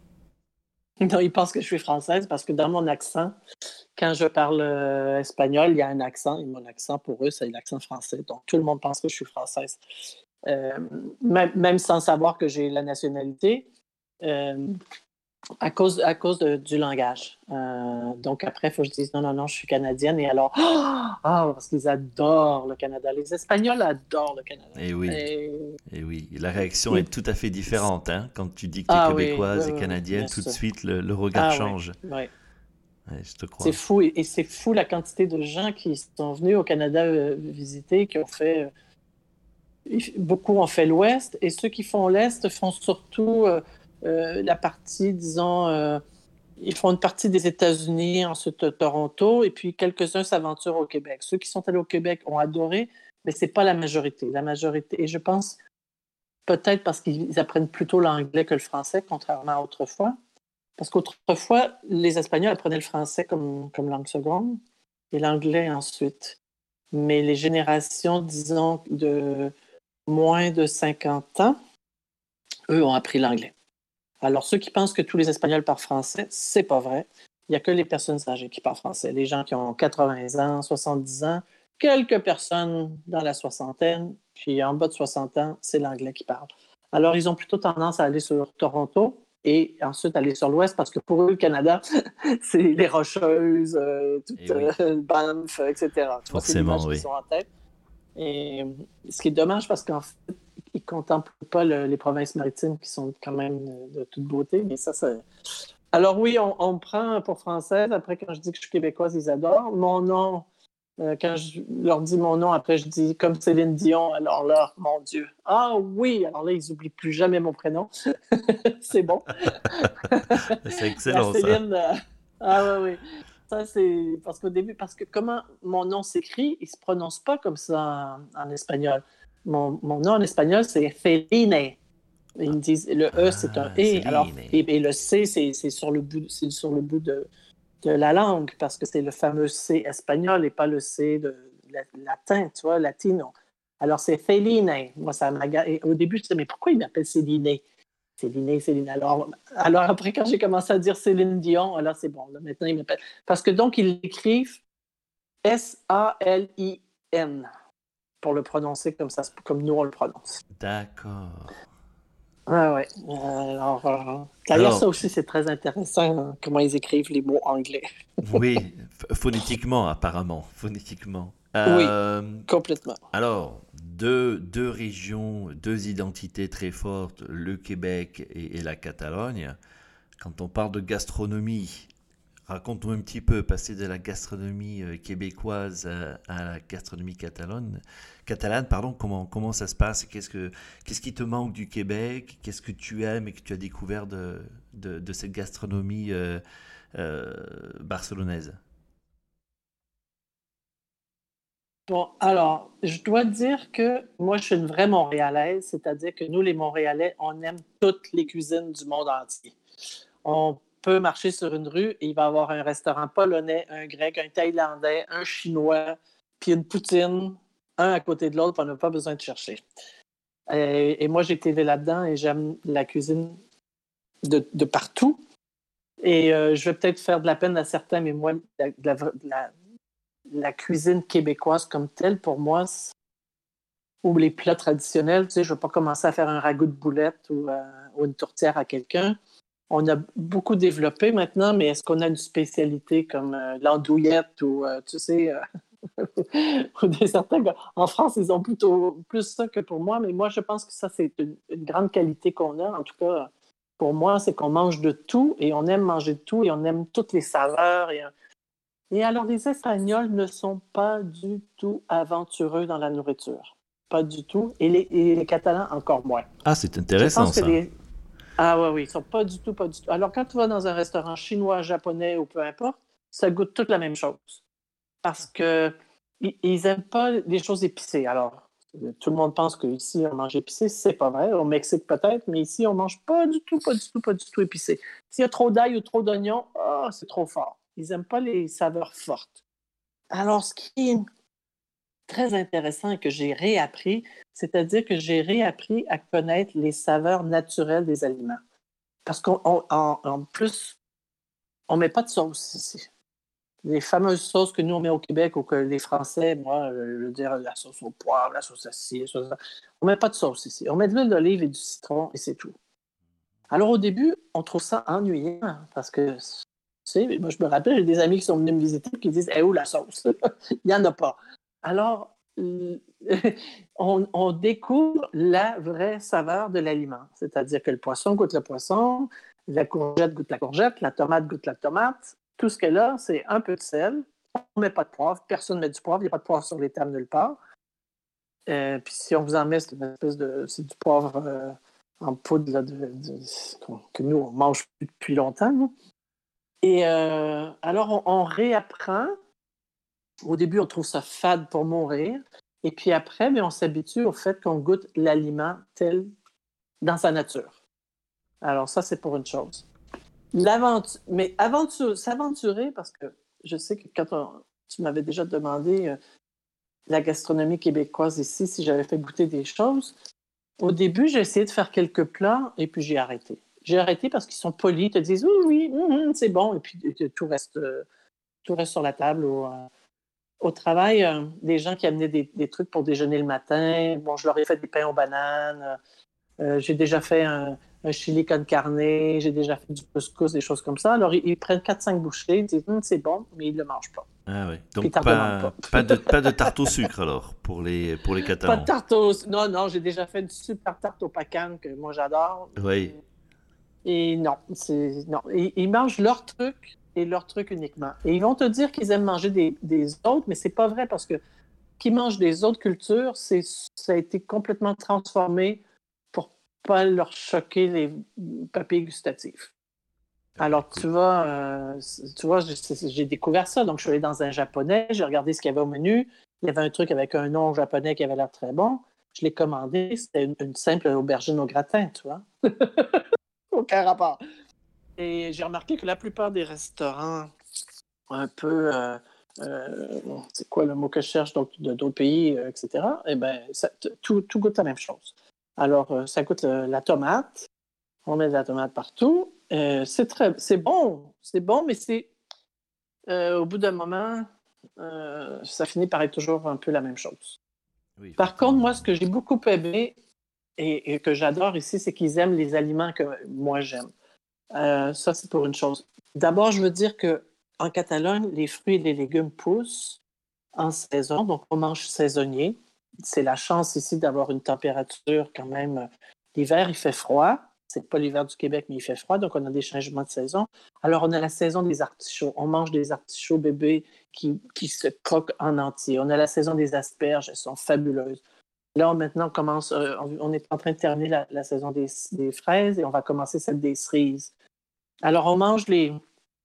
Non, ils pensent que je suis française parce que dans mon accent, quand je parle euh, espagnol, il y a un accent et mon accent pour eux, c'est l'accent français. Donc, tout le monde pense que je suis française. Euh, même, même sans savoir que j'ai la nationalité, euh, à cause, à cause de, du langage. Euh, donc, après, il faut que je dise non, non, non, je suis canadienne. Et alors, ah, oh, parce qu'ils adorent le Canada. Les Espagnols adorent le Canada. Et oui. Et, et oui. La réaction et, est tout à fait différente. Hein? Quand tu dis que tu es ah, québécoise oui, et canadienne, oui, tout de suite, le, le regard ah, change. Oui, oui. Ouais, je te crois. C'est fou. Et, et c'est fou la quantité de gens qui sont venus au Canada euh, visiter, qui ont fait. Euh, beaucoup ont fait l'Ouest. Et ceux qui font l'Est font surtout. Euh, Euh, la partie, disons, euh, ils font une partie des États-Unis, ensuite Toronto, et puis quelques-uns s'aventurent au Québec. Ceux qui sont allés au Québec ont adoré, mais ce n'est pas la majorité. La majorité, et je pense peut-être parce qu'ils apprennent plutôt l'anglais que le français, contrairement à autrefois. Parce qu'autrefois, les Espagnols apprenaient le français comme, comme langue seconde et l'anglais ensuite. Mais les générations, disons, de moins de cinquante ans, eux ont appris l'anglais. Alors, ceux qui pensent que tous les Espagnols parlent français, c'est pas vrai. Il n'y a que les personnes âgées qui parlent français. Les gens qui ont quatre-vingts ans, soixante-dix ans, quelques personnes dans la soixantaine, puis en bas de soixante ans, c'est l'anglais qui parle. Alors, ils ont plutôt tendance à aller sur Toronto et ensuite aller sur l'Ouest parce que pour eux, le Canada, c'est les Rocheuses, euh, tout, oui. euh, Banff, et cetera. Forcément, c'est oui. Qui sont en tête. Et ce qui est dommage parce qu'en fait, ils ne contemplent pas le, les provinces maritimes qui sont quand même de, de toute beauté. Mais ça, c'est... Alors oui, on, on me prend pour française. Après, quand je dis que je suis québécoise, ils adorent. Mon nom, euh, quand je leur dis mon nom, après, je dis comme Céline Dion. Alors là, mon Dieu. Ah oui! Alors là, ils n'oublient plus jamais mon prénom. C'est bon. C'est excellent, Céline, ça. Euh... Ah oui, oui. Ça, c'est parce qu'au début, parce que comment mon nom s'écrit, il ne se prononce pas comme ça en, en espagnol. mon, mon nom en espagnol, c'est Feline. Ils me disent le E, c'est un Ah, E. Alors, Céline. et, et le C, c'est, c'est sur le bout, c'est sur le bout de, de la langue, parce que c'est le fameux C espagnol et pas le C de la- latin, tu vois, latino. Alors, c'est Feline. Moi, ça m'a... et au début, je disais, mais pourquoi il m'appelle Céline? Céline, Céline. Alors, alors après, quand j'ai commencé à dire Céline Dion, alors c'est bon. Là, maintenant, il m'appelle. Parce que donc, ils l'écrivent S A L I N pour le prononcer comme ça, comme nous on le prononce. D'accord. Ah ouais. Euh, alors, euh, d'ailleurs, ça Alors, aussi, c'est très intéressant, hein, comment ils écrivent les mots anglais. oui, ph- phonétiquement, apparemment, phonétiquement. Oui, Euh, complètement. alors, deux, deux régions, deux identités très fortes, le Québec et, et la Catalogne. Quand on parle de gastronomie, raconte-nous un petit peu, passer de la gastronomie euh, québécoise à, à la gastronomie catalane, catalane, pardon, comment, comment ça se passe? Qu'est-ce que, qu'est-ce qui te manque du Québec? Qu'est-ce que tu aimes et que tu as découvert de, de, de cette gastronomie euh, euh, barcelonaise? Bon, alors, je dois dire que moi, je suis une vraie Montréalaise, c'est-à-dire que nous, les Montréalais, on aime toutes les cuisines du monde entier. On peut marcher sur une rue et il va y avoir un restaurant polonais, un grec, un thaïlandais, un chinois, puis une poutine, un à côté de l'autre, on n'a pas besoin de chercher. Et, et moi, j'ai été élevée là-dedans et j'aime la cuisine de, de partout. Et euh, je vais peut-être faire de la peine à certains, mais moi, la, la, la, la cuisine québécoise comme telle, pour moi, ou les plats traditionnels, tu sais, je ne vais pas commencer à faire un ragoût de boulette ou, euh, ou une tourtière à quelqu'un. On a beaucoup développé maintenant, mais est-ce qu'on a une spécialité comme euh, l'andouillette ou, euh, tu sais, euh, ou des certains gars. En France, ils ont plutôt plus ça que pour moi, mais moi, je pense que ça, c'est une, une grande qualité qu'on a. En tout cas, pour moi, c'est qu'on mange de tout et on aime manger de tout et on aime toutes les saveurs. Et, et alors, les Espagnols ne sont pas du tout aventureux dans la nourriture. Pas du tout. Et les, et les Catalans, encore moins. Ah, c'est Je intéressant pense que ça. les, ah oui, oui, ils sont pas du tout, pas du tout. Alors, quand tu vas dans un restaurant chinois, japonais ou peu importe, ça goûte toute la même chose. Parce que ils n'aiment pas les choses épicées. Alors, tout le monde pense qu'ici, on mange épicé. C'est pas vrai. Au Mexique, peut-être, mais ici, on mange pas du tout, pas du tout, pas du tout épicé. S'il y a trop d'ail ou trop d'oignons, ah, c'est trop fort. Ils n'aiment pas les saveurs fortes. Alors, ce qui est très intéressant et que j'ai réappris, c'est-à-dire que j'ai réappris à connaître les saveurs naturelles des aliments. Parce qu'en en plus, on ne met pas de sauce ici. Les fameuses sauces que nous, on met au Québec ou que les Français, moi, euh, je veux dire, la sauce au poivre, la sauce à ci, la sauce à ça. On ne met pas de sauce ici. On met de l'huile d'olive et du citron et c'est tout. Alors, au début, on trouve ça ennuyant parce que, tu sais, moi, je me rappelle, j'ai des amis qui sont venus me visiter et qui disent « Eh, où la sauce? » Il n'y en a pas. Alors, on, on découvre la vraie saveur de l'aliment. C'est-à-dire que le poisson goûte le poisson, la courgette goûte la courgette, la tomate goûte la tomate. Tout ce qu'elle a, c'est un peu de sel. On ne met pas de poivre. Personne ne met du poivre. Il n'y a pas de poivre sur les tables nulle part. Euh, puis si on vous en met, c'est une espèce de... C'est du poivre euh, en poudre là, de, de, que nous, on mange depuis longtemps. Nous. Et euh, alors, on, on réapprend. Au début, on trouve ça fade pour mourir. Et puis après, bien, on s'habitue au fait qu'on goûte l'aliment tel dans sa nature. Alors ça, c'est pour une chose. L'aventure, mais aventure, s'aventurer, parce que je sais que quand on, tu m'avais déjà demandé euh, la gastronomie québécoise ici, si j'avais fait goûter des choses, au début, j'ai essayé de faire quelques plats et puis j'ai arrêté. J'ai arrêté parce qu'ils sont polis, ils te disent oui, oui, mm, mm, c'est bon, et puis tout reste, euh, tout reste sur la table. Ou, euh, au travail, euh, des gens qui amenaient des, des, trucs pour déjeuner le matin. Bon, je leur ai fait des pains aux bananes. Euh, j'ai déjà fait un, un chili con carne. J'ai déjà fait du couscous, des choses comme ça. Alors, ils, ils prennent quatre cinq bouchées. Ils disent hm, c'est bon, mais ils ne le mangent pas. Ah ouais. Puis, ils Donc t'en redemandent pas, pas. pas, de, pas de tarte au sucre alors pour les, pour les Pas de Catalans. tarte au... Non, non, j'ai déjà fait une super tarte au pacan que moi, j'adore. Oui. Et non, c'est... non. Ils, ils mangent leur truc et leur truc uniquement. Et ils vont te dire qu'ils aiment manger des, des autres, mais c'est pas vrai parce que qui mangent des autres cultures, c'est, ça a été complètement transformé pour pas leur choquer les papilles gustatives. Eh ben, Alors, tu écoute. vois, euh, tu vois j'ai, j'ai découvert ça. Donc, je suis allé dans un japonais, j'ai regardé ce qu'il y avait au menu. Il y avait un truc avec un nom japonais qui avait l'air très bon. Je l'ai commandé, c'était une, une simple aubergine au gratin, tu vois. Aucun rapport. Et j'ai remarqué que la plupart des restaurants un peu, euh, euh, c'est quoi le mot que je cherche, donc de d'autres pays, euh, et cetera, eh bien, ça, t- tout, tout goûte la même chose. Alors, euh, ça goûte le- la tomate, on met de la tomate partout. Euh, c'est très, c'est bon, c'est bon, mais c'est, euh, au bout d'un moment, euh, ça finit par être toujours un peu la même chose. Oui, Par contre, effectivement. moi, ce que j'ai beaucoup aimé et, et que j'adore ici, c'est qu'ils aiment les aliments que moi j'aime. Euh, ça, c'est pour une chose. D'abord, je veux dire que en Catalogne, les fruits et les légumes poussent en saison, donc on mange saisonnier. C'est la chance ici d'avoir une température quand même. L'hiver, il fait froid. C'est pas l'hiver du Québec, mais il fait froid, donc on a des changements de saison. Alors, on a la saison des artichauts. On mange des artichauts bébés qui, qui se croquent en entier. On a la saison des asperges, elles sont fabuleuses. Là, on, maintenant, on commence, euh, on, on est en train de terminer la, la saison des, des fraises et on va commencer celle des cerises. Alors, on mange les,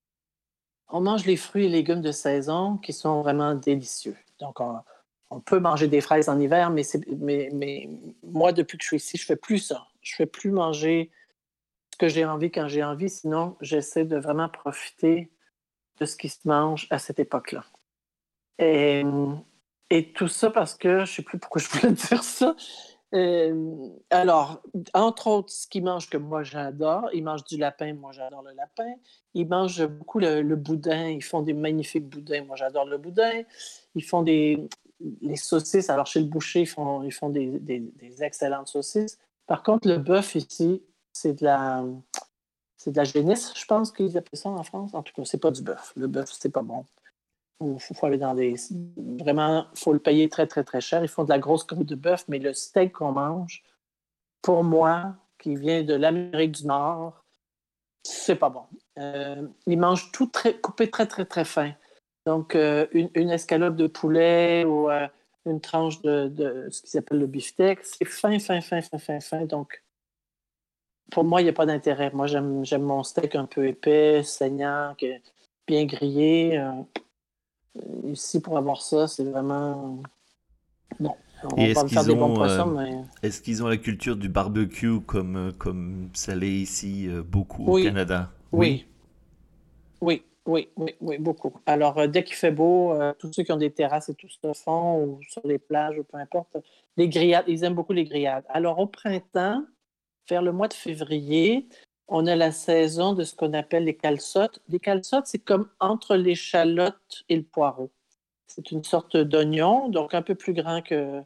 on mange les fruits et légumes de saison qui sont vraiment délicieux. Donc, on, on peut manger des fraises en hiver, mais, c'est, mais, mais moi, depuis que je suis ici, je ne fais plus ça. Je ne fais plus manger ce que j'ai envie quand j'ai envie. Sinon, j'essaie de vraiment profiter de ce qui se mange à cette époque-là. Et, et tout ça parce que, je ne sais plus pourquoi je voulais dire ça. Euh, alors, entre autres, ce qu'ils mangent que moi j'adore, ils mangent du lapin, moi j'adore le lapin. Ils mangent beaucoup le, le boudin, ils font des magnifiques boudins, moi j'adore le boudin. Ils font des les saucisses, alors chez le boucher, ils font, ils font des, des, des excellentes saucisses. Par contre, le bœuf ici, c'est de la c'est de la génisse, je pense qu'ils appellent ça en France. En tout cas, c'est pas du bœuf. Le bœuf, c'est pas bon. Il faut, faut aller dans des... Vraiment, il faut le payer très, très, très cher. Ils font de la grosse côte de bœuf, mais le steak qu'on mange, pour moi, qui vient de l'Amérique du Nord, c'est pas bon. Euh, ils mangent tout très, coupé très, très, très fin. Donc, euh, une, une escalope de poulet ou euh, une tranche de, de ce qu'ils appellent le beefsteak, c'est fin, fin, fin, fin, fin, fin. Donc, pour moi, il n'y a pas d'intérêt. Moi, j'aime, j'aime mon steak un peu épais, saignant, que- bien grillé. Euh, ici, pour avoir ça, c'est vraiment... Bon, Et on est-ce va me faire qu'ils des bons ont, euh, poissons, mais est-ce qu'ils ont la culture du barbecue comme, euh, comme ça l'est ici euh, beaucoup au oui, Canada? Oui? oui, oui, oui, oui, oui, beaucoup. Alors, euh, dès qu'il fait beau, euh, tous ceux qui ont des terrasses et tout ça font, ou sur les plages, ou peu importe, les grillades, ils aiment beaucoup les grillades. Alors, au printemps, vers le mois de février, on a la saison de ce qu'on appelle les calçottes. Les calçottes, c'est comme entre l'échalote et le poireau. C'est une sorte d'oignon, donc un peu plus grand que,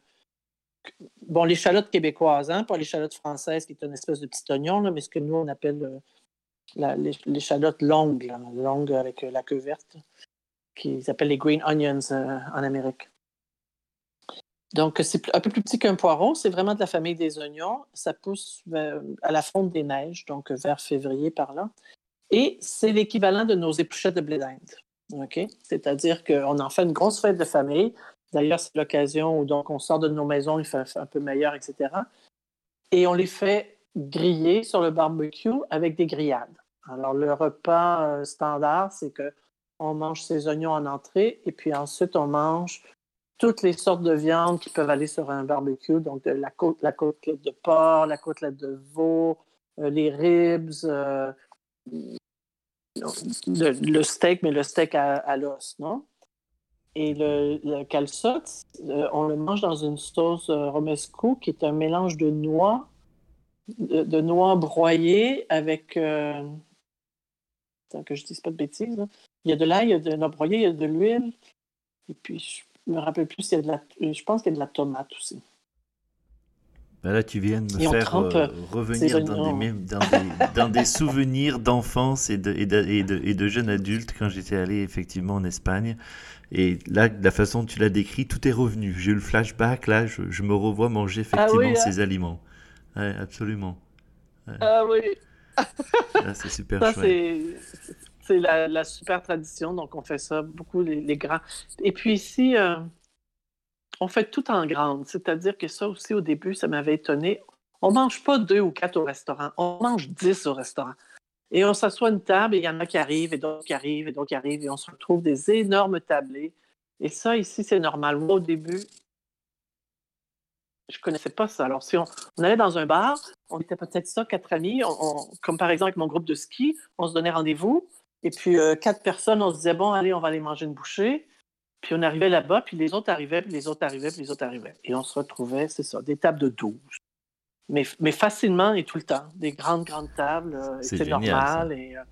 bon, l'échalote québécoise, hein, pas l'échalote française qui est une espèce de petit oignon, là, mais ce que nous, on appelle euh, la- l'échalote longue, là, longue avec euh, la queue verte, qu'ils appellent les green onions euh, en Amérique. Donc, c'est un peu plus petit qu'un poireau. C'est vraiment de la famille des oignons. Ça pousse vers- à la fonte des neiges, donc vers février par là. Et c'est l'équivalent de nos épluchettes de blé d'Inde. OK? C'est-à-dire qu'on en fait une grosse fête de famille. D'ailleurs, c'est l'occasion où donc, on sort de nos maisons, il fait un peu meilleur, et cetera. Et on les fait griller sur le barbecue avec des grillades. Alors, le repas euh, standard, c'est qu'on mange ses oignons en entrée et puis ensuite, on mange toutes les sortes de viandes qui peuvent aller sur un barbecue. Donc, de la, côte, la côtelette de porc, la côtelette de veau, euh, les ribs, euh, le, le steak, mais le steak à, à l'os, non? Et le, le calçotte, euh, on le mange dans une sauce euh, romesco qui est un mélange de noix de, de noix broyées avec. Euh, attends que je ne dise pas de bêtises. Là. Il y a de l'ail, il y a de la broyée, il y a de l'huile. Et puis, je me rappelle plus, il y a de la, je pense qu'il y a de la tomate aussi. Ben là, tu viens de me Et on faire trempe euh, euh, ces revenir dans des, oignons. même dans des, dans des souvenirs d'enfance et de, et, de, et, de, et de jeune adulte quand j'étais allé effectivement en Espagne. Et là, de la façon dont tu l'as décrit, tout est revenu. J'ai eu le flashback, là, je, je me revois manger Ah effectivement oui, hein? ces aliments. Ouais, absolument. Ouais. Ah oui. Ah, c'est super Ça, chouette. c'est, c'est la, la super tradition. Donc, on fait ça beaucoup, les, les grands. Et puis ici, euh, on fait tout en grande. C'est-à-dire que ça aussi, au début, ça m'avait étonné. On mange pas deux ou quatre au restaurant. On mange dix au restaurant. Et on s'assoit à une table et il y en a qui arrivent et d'autres qui arrivent et d'autres qui arrivent et on se retrouve des énormes tablés. Et ça, ici, c'est normal. Moi, au début, je connaissais pas ça. Alors, si on, on allait dans un bar, on était peut-être ça, quatre amis, on, on, comme par exemple avec mon groupe de ski, on se donnait rendez-vous, et puis euh, quatre personnes, on se disait, bon, allez, on va aller manger une bouchée. Puis on arrivait là-bas, puis les autres arrivaient, puis les autres arrivaient, puis les autres arrivaient. Et on se retrouvait, c'est ça, des tables de douze. Mais, mais facilement et tout le temps. Des grandes, grandes tables, euh, C'est c'est génial, normal. ça. Et, euh,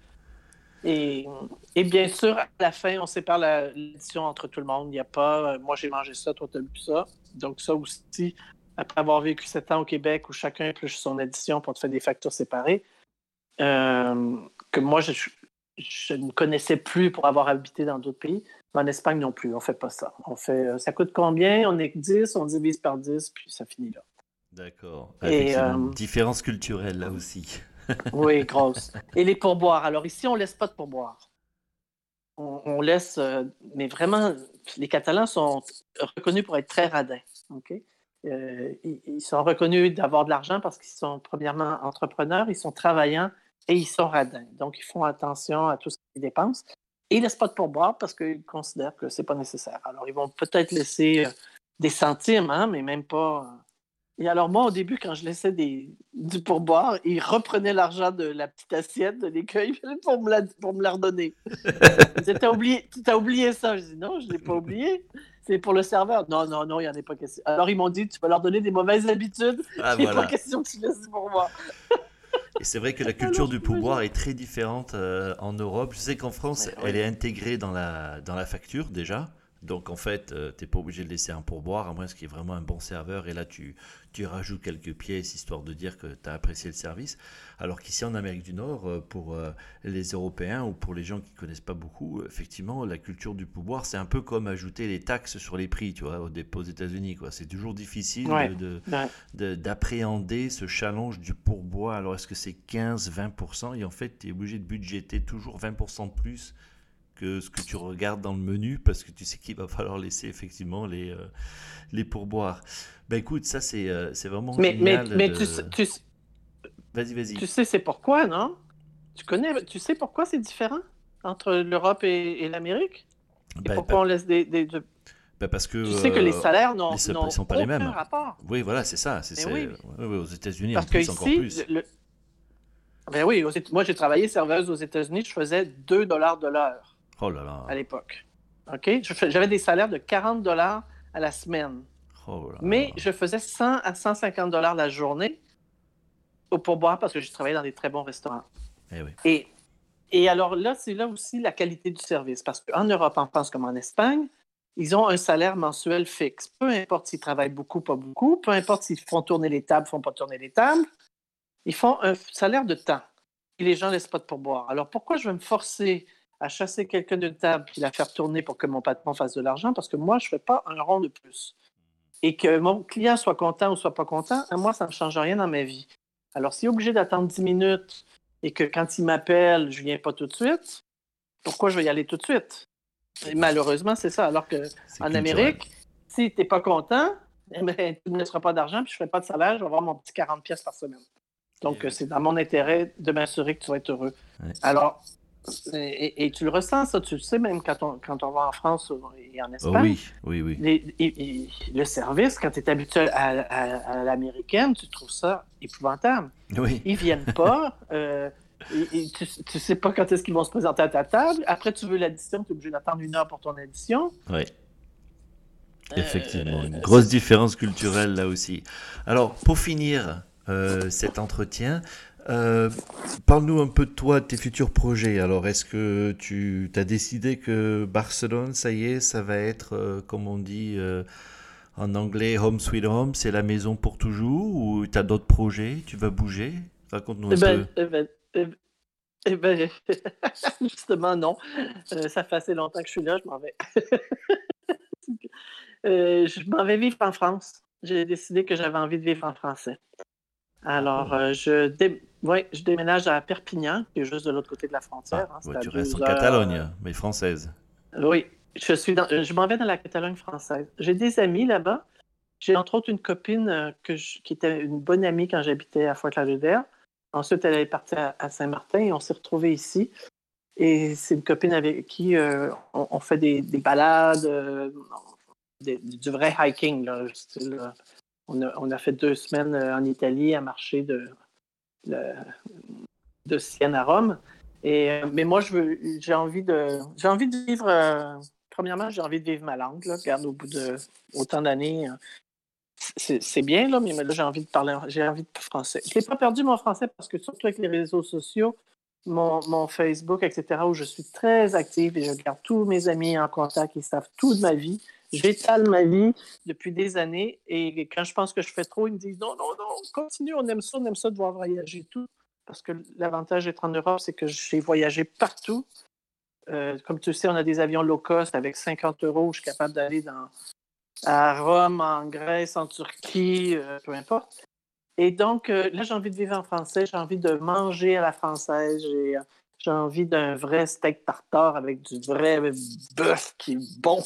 et, et bien sûr, à la fin, on sépare la- l'édition entre tout le monde. Il n'y a pas, euh, moi j'ai mangé ça, toi t'as bu ça. Donc ça aussi, après avoir vécu sept ans au Québec où chacun épluche son édition pour te faire des factures séparées, euh, que moi je, je ne connaissais plus pour avoir habité dans d'autres pays. Mais en Espagne non plus, on ne fait pas ça. On fait, euh, ça coûte combien? On est dix, on divise par dix, puis ça finit là. D'accord. Et Effectivement, euh, différence culturelle là aussi. oui, grosse. Et les pourboires. Alors ici, on ne laisse pas de pourboires. On, on laisse, euh, mais vraiment, les Catalans sont reconnus pour être très radins. Okay? Euh, ils, ils sont reconnus d'avoir de l'argent parce qu'ils sont premièrement entrepreneurs, ils sont travaillants et ils sont radins. Donc, ils font attention à tout ce qu'ils dépensent. Et ils ne laissent pas de pourboire parce qu'ils considèrent que ce n'est pas nécessaire. Alors, ils vont peut-être laisser euh, des centimes, hein, mais même pas. Euh, Et alors, moi, au début, quand je laissais des, du pourboire, ils reprenaient l'argent de la petite assiette de l'écueil pour me la, pour me la redonner. Ils disaient, t'as oublié, t'as oublié ça. Je dis, non, je ne l'ai pas oublié. C'est pour le serveur. Non, non, non, il n'y en a pas question. Alors, ils m'ont dit, tu vas leur donner des mauvaises habitudes. Ah Il n'est pas voilà. question que tu laisses du pourboire. Et c'est vrai que la culture Alors, du pourboire est très différente euh, en Europe. Je sais qu'en France, mais, elle oui. est intégrée dans la, dans la facture déjà. Donc en fait, euh, tu n'es pas obligé de laisser un pourboire, à moins qu'il y ait vraiment un bon serveur. Et là, tu, tu rajoutes quelques pièces, histoire de dire que tu as apprécié le service. Alors qu'ici en Amérique du Nord, euh, pour euh, les Européens ou pour les gens qui ne connaissent pas beaucoup, effectivement, la culture du pourboire, c'est un peu comme ajouter les taxes sur les prix, tu vois, aux, aux États-Unis, quoi. C'est toujours difficile Ouais, de, de, ouais. de- d'appréhender ce challenge du pourboire. Alors est-ce que c'est quinze, vingt pour cent? Et en fait, tu es obligé de budgéter toujours vingt pour cent de plus que ce que tu regardes dans le menu parce que tu sais qu'il va falloir laisser effectivement les, euh, les pourboires. Ben écoute, ça c'est euh, c'est vraiment Mais, mais, génial mais tu, de... sais- tu, Vas-y, vas-y. tu sais c'est pourquoi, non? Tu connais, tu sais pourquoi c'est différent entre l'Europe et, et l'Amérique? Et Ben, ben, pourquoi on laisse des... des de- ben parce que Tu sais que les euh, salaires les n'ont, salaires ne n'ont sont pas les aucun mêmes. rapport. Oui, voilà, c'est ça. C'est, Mais c'est... oui, ouais, ouais, aux États-Unis en parce que plus, encore ici, plus. le, ben oui, aux Éta- moi j'ai travaillé serveuse aux États-Unis, je faisais deux dollars de l'heure Oh là à là. l'époque. OK? Je fais- J'avais des salaires de quarante dollars à la semaine. Oh là Mais là. je faisais cent à cent cinquante dollars la journée au pourboire parce que je travaillais dans des très bons restaurants. Eh oui. Et, et alors là, c'est là aussi la qualité du service. Parce qu'en Europe, en France comme en Espagne, ils ont un salaire mensuel fixe. Peu importe s'ils travaillent beaucoup, pas beaucoup, peu importe s'ils font tourner les tables, font pas tourner les tables, ils font un salaire de temps. Et les gens ne laissent pas de pourboire. Alors pourquoi je vais me forcer à chasser quelqu'un d'une table et la faire tourner pour que mon patron fasse de l'argent? Parce que moi, je ne fais pas un rond de plus. Et que mon client soit content ou soit pas content, à moi, ça ne me change rien dans ma vie. Alors, s'il est obligé d'attendre dix minutes et que quand il m'appelle, je ne viens pas tout de suite, pourquoi je vais y aller tout de suite? Et malheureusement, c'est ça. Alors qu'en Amérique, si tu n'es pas content, eh bien, tu ne me laisseras pas d'argent puis je ne ferai pas de salaire, je vais avoir mon petit quarante pièces par semaine. Donc, oui. c'est dans mon intérêt de m'assurer que tu vas être heureux. Ouais. Alors, et, et tu le ressens, ça, tu le sais, même quand on, quand on va en France et en Oh Espagne. oui, oui, oui. Les, et, et, le service, quand tu es habitué à, à, à l'américaine, tu trouves ça épouvantable. Oui. Ils viennent pas. Euh, et, et tu ne sais pas quand est-ce qu'ils vont se présenter à ta table. Après, tu veux l'addition, tu es obligé d'attendre une heure pour ton addition. Oui. Effectivement, une grosse différence culturelle là aussi. Alors, pour finir euh, cet entretien, euh, parle-nous un peu de toi, de tes futurs projets. Alors, est-ce que tu as décidé que Barcelone, ça y est, ça va être, euh, comme on dit euh, en anglais, home sweet home, c'est la maison pour toujours, ou tu as d'autres projets, tu vas bouger? Raconte-nous un Eh ben, peu. eh ben, eh ben, eh ben justement, non. Euh, ça fait assez longtemps que je suis là, je m'en vais. euh, je m'en vais vivre en France. J'ai décidé que j'avais envie de vivre en français. Alors, euh, je, dé... ouais, je déménage à Perpignan, qui est juste de l'autre côté de la frontière. Ah, Hein, c'est ouais, à tu restes en deux heures. Catalogne, mais française. Oui, je, suis dans... je m'en vais dans la Catalogne française. J'ai des amis là-bas. J'ai entre autres une copine euh, que je... qui était une bonne amie quand j'habitais à Fort-Lauderdale. Ensuite, elle est partie à, à Saint-Martin et on s'est retrouvés ici. Et c'est une copine avec qui euh, on, on fait des, des balades, euh, des, du vrai hiking, là, style, on a, on a fait deux semaines en Italie à marcher de, de, de Sienne à Rome. Et, euh, mais moi, je veux, j'ai envie de, j'ai envie de vivre. Euh, premièrement, j'ai envie de vivre ma langue. Là. Regarde, au bout de autant d'années, c'est, c'est bien là, mais là, j'ai envie de parler, j'ai envie de français. Je n'ai pas perdu mon français parce que surtout avec les réseaux sociaux, mon, mon Facebook, et cetera, où je suis très active et je garde tous mes amis en contact, ils savent tout de ma vie. J'étale ma vie depuis des années et quand je pense que je fais trop, ils me disent non, non, non, continue, on aime ça, on aime ça de voir voyager tout. Parce que l'avantage d'être en Europe, c'est que j'ai voyagé partout. Euh, comme tu le sais, on a des avions low cost avec cinquante euros. Je suis capable d'aller dans, à Rome, en Grèce, en Turquie, euh, peu importe. Et donc, euh, là, j'ai envie de vivre en français. J'ai envie de manger à la française. J'ai, j'ai envie d'un vrai steak tartare avec du vrai bœuf qui est bon.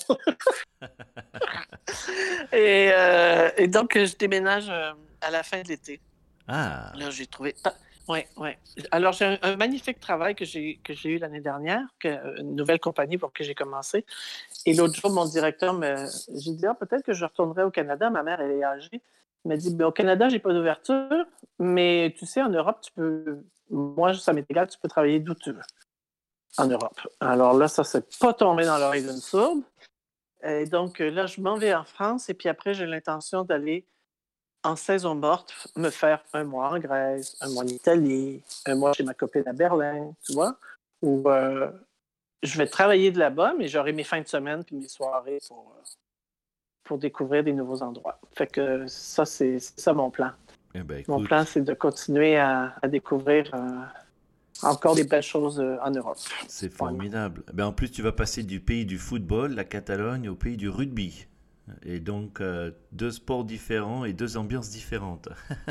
et, euh, et donc, je déménage euh, à la fin de l'été. Ah. Là, j'ai trouvé... Oui, oui. Alors, j'ai un, un magnifique travail que j'ai, que j'ai eu l'année dernière, que, une nouvelle compagnie pour laquelle j'ai commencé. Et l'autre jour, mon directeur, me, j'ai dit, ah, peut-être que je retournerai au Canada. Ma mère, elle est âgée. Il m'a dit, ben, au Canada, j'ai pas d'ouverture, mais tu sais, en Europe, tu peux... Moi, ça m'est égal, tu peux travailler d'où tu veux en Europe. Alors là, ça s'est pas tombé dans l'oreille d'une sourde. Et donc, là, je m'en vais en France et puis après, j'ai l'intention d'aller en saison morte, me faire un mois en Grèce, un mois en Italie, un mois chez ma copine à Berlin, tu vois, où euh, je vais travailler de là-bas, mais j'aurai mes fins de semaine puis mes soirées pour, euh, pour découvrir des nouveaux endroits. Fait que ça, c'est, c'est ça mon plan. Eh ben, écoute, mon plan, c'est de continuer à, à découvrir euh, encore des belles choses euh, en Europe. C'est formidable. Ben, en plus, tu vas passer du pays du football, la Catalogne, au pays du rugby. Et donc, euh, deux sports différents et deux ambiances différentes.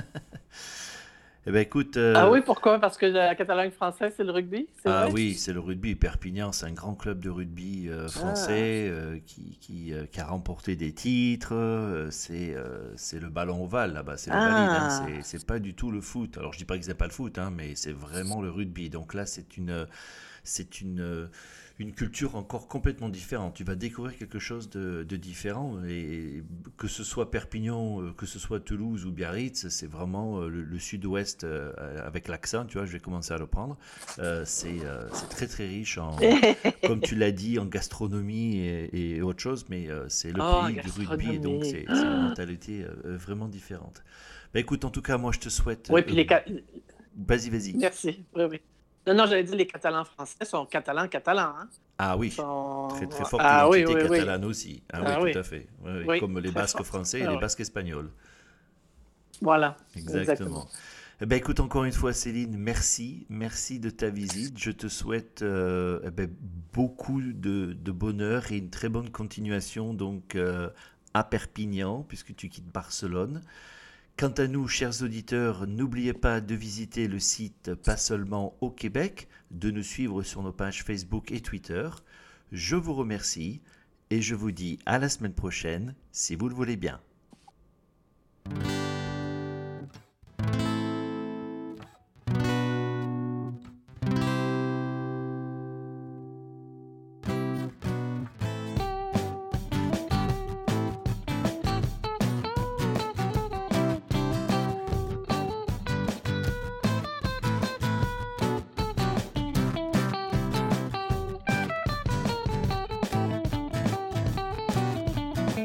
Eh ben, écoute... euh, Ah oui, pourquoi? Parce que la Catalogne française, c'est le rugby? C'est Ah vrai? oui, c'est le rugby. Perpignan, c'est un grand club de rugby euh, français euh, qui, qui, euh, qui a remporté des titres. Euh, c'est, euh, c'est le ballon ovale là-bas, c'est le valide. Hein, Ah! c'est, c'est pas du tout le foot. Alors, je dis pas qu'ils n'aiment pas le foot, hein, mais c'est vraiment le rugby. Donc là, c'est une, c'est une, une culture encore complètement différente. Tu vas découvrir quelque chose de, de différent. Et que ce soit Perpignan, euh, que ce soit Toulouse ou Biarritz, c'est vraiment euh, le, le sud-ouest euh, avec l'accent. Tu vois, je vais commencer à le prendre. Euh, c'est, euh, c'est très très riche, en, comme tu l'as dit, en gastronomie et, et autre chose. Mais euh, c'est le Oh, pays du rugby. Et donc, c'est, c'est une mentalité euh, vraiment différente. Bah, écoute, en tout cas, moi, je te souhaite... Oui, puis les... Ca- Vas-y, vas-y. Merci. Oui, oui. Non, non, j'allais dire les Catalans français sont catalans, catalans. Hein? Ah oui, Sont... très très forte ah, identité oui, oui, catalane oui. aussi. Ah, Ah, oui, oui. tout à fait. Oui, oui. Oui, Comme les très Basques fort. français et Ah, les oui. Basques espagnols. Voilà, Exactement. exactement. Eh ben, écoute, encore une fois, Céline, merci. Merci de ta visite. Je te souhaite euh, eh ben, beaucoup de, de bonheur et une très bonne continuation donc, euh, à Perpignan, puisque tu quittes Barcelone. Quant à nous, chers auditeurs, n'oubliez pas de visiter le site Pas seulement au Québec, de nous suivre sur nos pages Facebook et Twitter. Je vous remercie et je vous dis à la semaine prochaine, si vous le voulez bien.